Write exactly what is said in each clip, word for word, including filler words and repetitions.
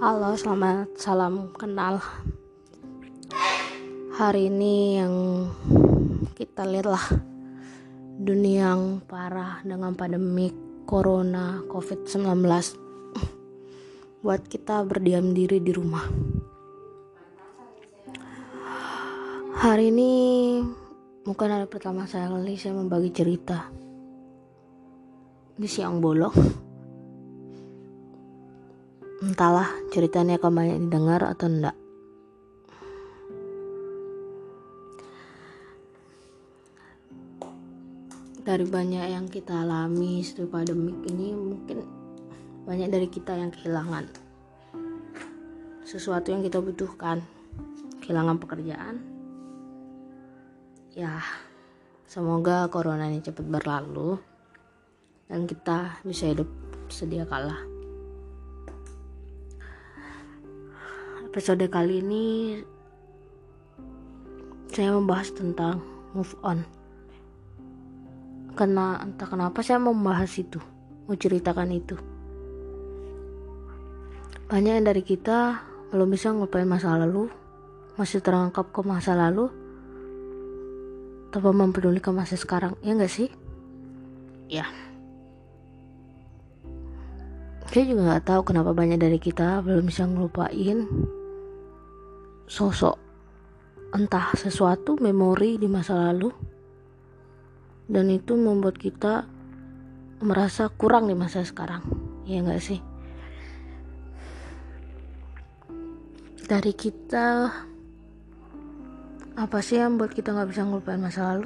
Halo, selamat salam kenal. Hari ini yang kita lihatlah dunia yang parah dengan pandemi corona covid sembilan belas buat kita berdiam diri di rumah. Hari ini bukan hari pertama saya kali saya membagi cerita di siang bolong. Entahlah ceritanya akan banyak didengar atau enggak. Dari banyak yang kita alami setelah pandemik ini, mungkin banyak dari kita yang kehilangan sesuatu yang kita butuhkan, kehilangan pekerjaan. Ya, semoga corona ini cepat berlalu dan kita bisa hidup sedia kala. Episode kali ini saya membahas tentang move on. Karena entah kenapa saya mau membahas itu, mau ceritakan itu. Banyak yang dari kita belum bisa ngelupain masa lalu, masih terangkap ke masa lalu, tanpa mempedulikan masa sekarang, ya nggak sih? Ya. Saya juga nggak tahu kenapa banyak dari kita belum bisa ngelupain sosok entah sesuatu memori di masa lalu, dan itu membuat kita merasa kurang di masa sekarang, ya nggak sih? Dari kita, apa sih yang buat kita nggak bisa ngelupain masa lalu?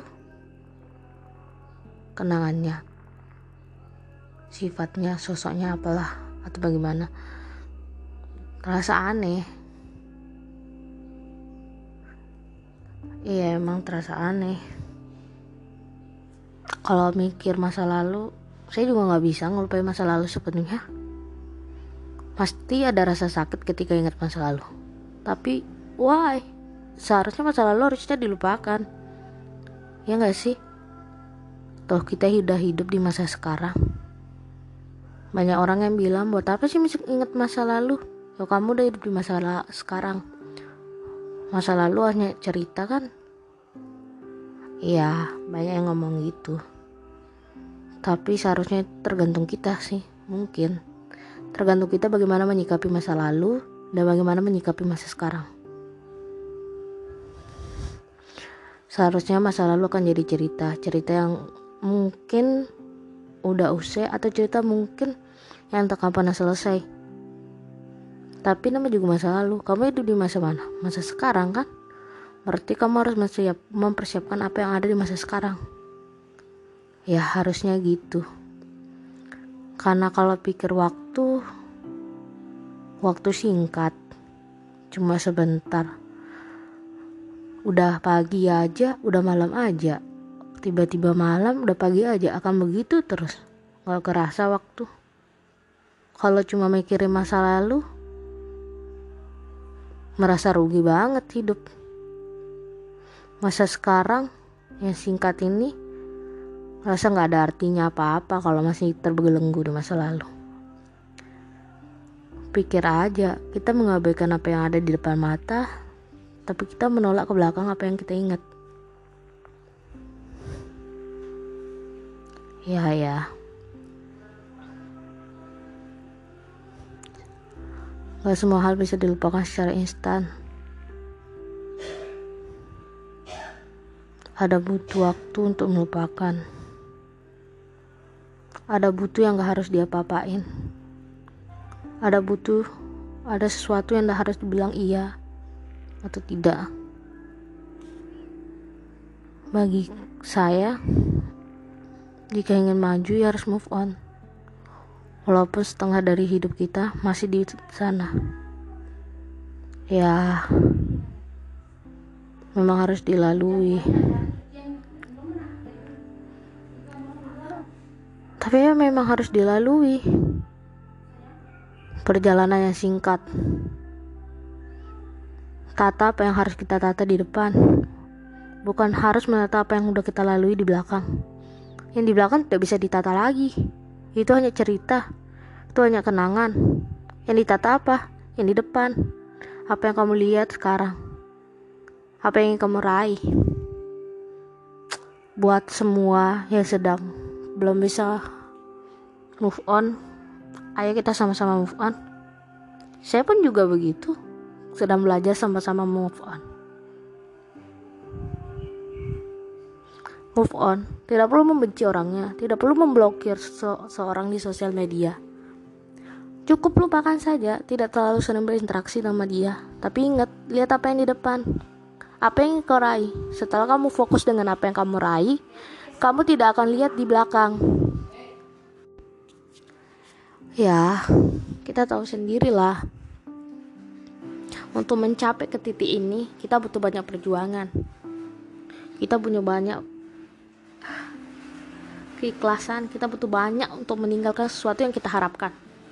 Kenangannya, sifatnya, sosoknya apalah, atau bagaimana? Terasa aneh. Iya, emang terasa aneh. Kalau mikir masa lalu, saya juga nggak bisa ngelupain masa lalu sepenuhnya. Pasti ada rasa sakit ketika ingat masa lalu. Tapi, why? Seharusnya masa lalu harusnya dilupakan. Ya nggak sih? Toh kita udah hidup di masa sekarang. Banyak orang yang bilang, buat apa sih ingat masa lalu? Ya kamu udah hidup di masa la- sekarang. Masa lalu hanya cerita kan? Iya, banyak yang ngomong gitu. Tapi seharusnya tergantung kita sih, mungkin. Tergantung kita bagaimana menyikapi masa lalu dan bagaimana menyikapi masa sekarang. Seharusnya masa lalu akan jadi cerita, cerita yang mungkin udah usai atau cerita mungkin yang tak pernah selesai. Tapi namanya juga masa lalu. Kamu hidup di masa mana? Masa sekarang kan? Berarti kamu harus mensiap, mempersiapkan apa yang ada di masa sekarang. Ya harusnya gitu. Karena kalau pikir waktu, waktu singkat, cuma sebentar. Udah pagi aja, udah malam aja. Tiba-tiba malam, udah pagi aja. Akan begitu terus. Gak kerasa waktu. Kalau cuma mikirin masa lalu, merasa rugi banget hidup. Masa sekarang yang singkat ini rasa gak ada artinya apa-apa kalau masih terbelenggu di masa lalu. Pikir aja, kita mengabaikan apa yang ada di depan mata, tapi kita menolak ke belakang apa yang kita ingat. Ya ya Gak semua hal bisa dilupakan secara instan. Ada butuh waktu untuk melupakan. Ada butuh yang gak harus diapa-apain. Ada butuh, ada sesuatu yang gak harus dibilang iya atau tidak. Bagi saya, jika ingin maju ya harus move on. Walaupun setengah dari hidup kita masih di sana. Ya, memang harus dilalui. Tapi ya memang harus dilalui. Perjalanan yang singkat. Tata apa yang harus kita tata di depan. Bukan harus menata apa yang udah kita lalui di belakang. Yang di belakang tidak bisa ditata lagi. Itu hanya cerita, itu hanya kenangan. Yang ditata apa? yang di depan, apa yang kamu lihat sekarang, apa yang ingin kamu raih. Buat semua yang sedang belum bisa move on, ayo kita sama-sama move on. Saya pun juga begitu, sedang belajar sama-sama move on. Move on, tidak perlu membenci orangnya, tidak perlu memblokir se- seorang di sosial media. Cukup lupakan saja, tidak terlalu sering berinteraksi sama dia. Tapi ingat, lihat apa yang di depan, apa yang kau raih. Setelah kamu fokus dengan apa yang kamu raih, kamu tidak akan lihat di belakang. Ya, kita tahu sendirilah, untuk mencapai ke titik ini kita butuh banyak perjuangan, kita punya banyak keikhlasan, kita butuh banyak untuk meninggalkan sesuatu yang kita harapkan.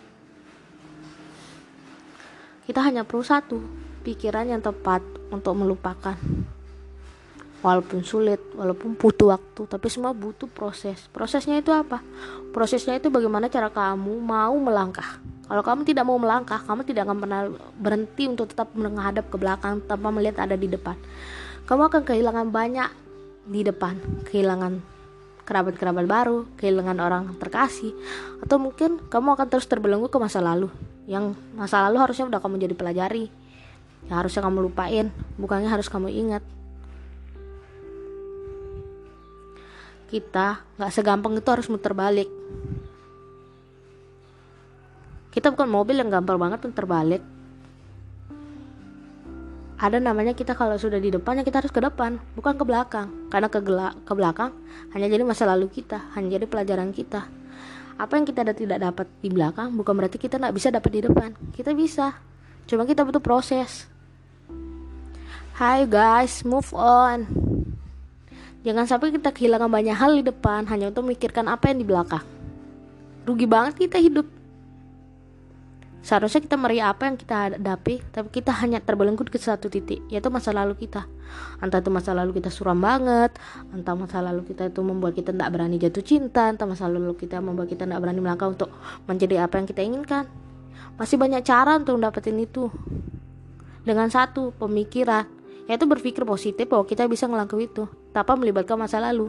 Kita hanya perlu satu, pikiran yang tepat untuk melupakan. Walaupun sulit, walaupun butuh waktu, tapi semua butuh proses. Prosesnya itu apa? Prosesnya itu bagaimana cara kamu mau melangkah. Kalau kamu tidak mau melangkah, kamu tidak akan pernah berhenti untuk tetap menghadap ke belakang tanpa melihat ada di depan. Kamu akan kehilangan banyak di depan, kehilangan kerabat-kerabat baru, kehilangan orang terkasih, atau mungkin kamu akan terus terbelenggu ke masa lalu. Yang masa lalu harusnya udah kamu jadi pelajari, yang harusnya kamu lupain, bukannya harus kamu ingat. Kita gak segampang itu harus muter balik. Kita bukan mobil yang gampang banget muter balik. Ada namanya kita kalau sudah di depannya kita harus ke depan, bukan ke belakang. Karena ke, gela- ke belakang hanya jadi masa lalu kita, hanya jadi pelajaran kita. Apa yang kita tidak dapat di belakang bukan berarti kita gak bisa dapat di depan. Kita bisa, cuma kita butuh proses. Hai guys, move on. Jangan sampai kita kehilangan banyak hal di depan hanya untuk memikirkan apa yang di belakang. Rugi banget kita hidup. Seharusnya kita meraih apa yang kita hadapi, tapi kita hanya terbelenggu ke satu titik, yaitu masa lalu kita. Entah itu masa lalu kita suram banget, entah masa lalu kita itu membuat kita tidak berani jatuh cinta, entah masa lalu kita membuat kita tidak berani melangkah untuk menjadi apa yang kita inginkan. Masih banyak cara untuk dapetin itu. Dengan satu, pemikiran, yaitu berpikir positif bahwa kita bisa ngelakuin itu tanpa melibatkan masa lalu.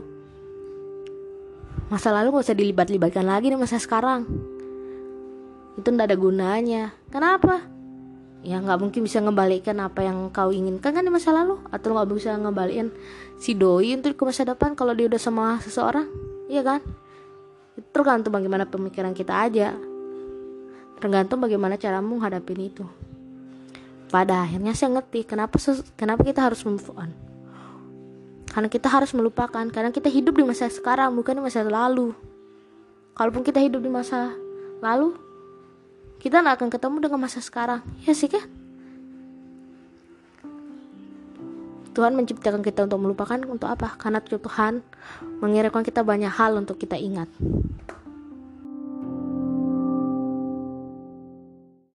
Masa lalu gak usah dilibat-libatkan lagi di masa sekarang. Itu ndak ada gunanya. Kenapa? Ya nggak mungkin bisa ngembalikan apa yang kau inginkan kan di masa lalu, atau nggak bisa ngembalikan si doi untuk ke masa depan kalau dia udah sama seseorang, iya kan? Itu tergantung bagaimana pemikiran kita aja, tergantung bagaimana caramu menghadapi itu. Pada akhirnya saya ngerti kenapa kenapa kita harus move on. Karena kita harus melupakan, karena kita hidup di masa sekarang bukan di masa lalu. Kalaupun kita hidup di masa lalu, kita gak akan ketemu dengan masa sekarang. Ya sih kan? Tuhan menciptakan kita untuk melupakan untuk apa? Karena Tuhan mengirimkan kita banyak hal untuk kita ingat.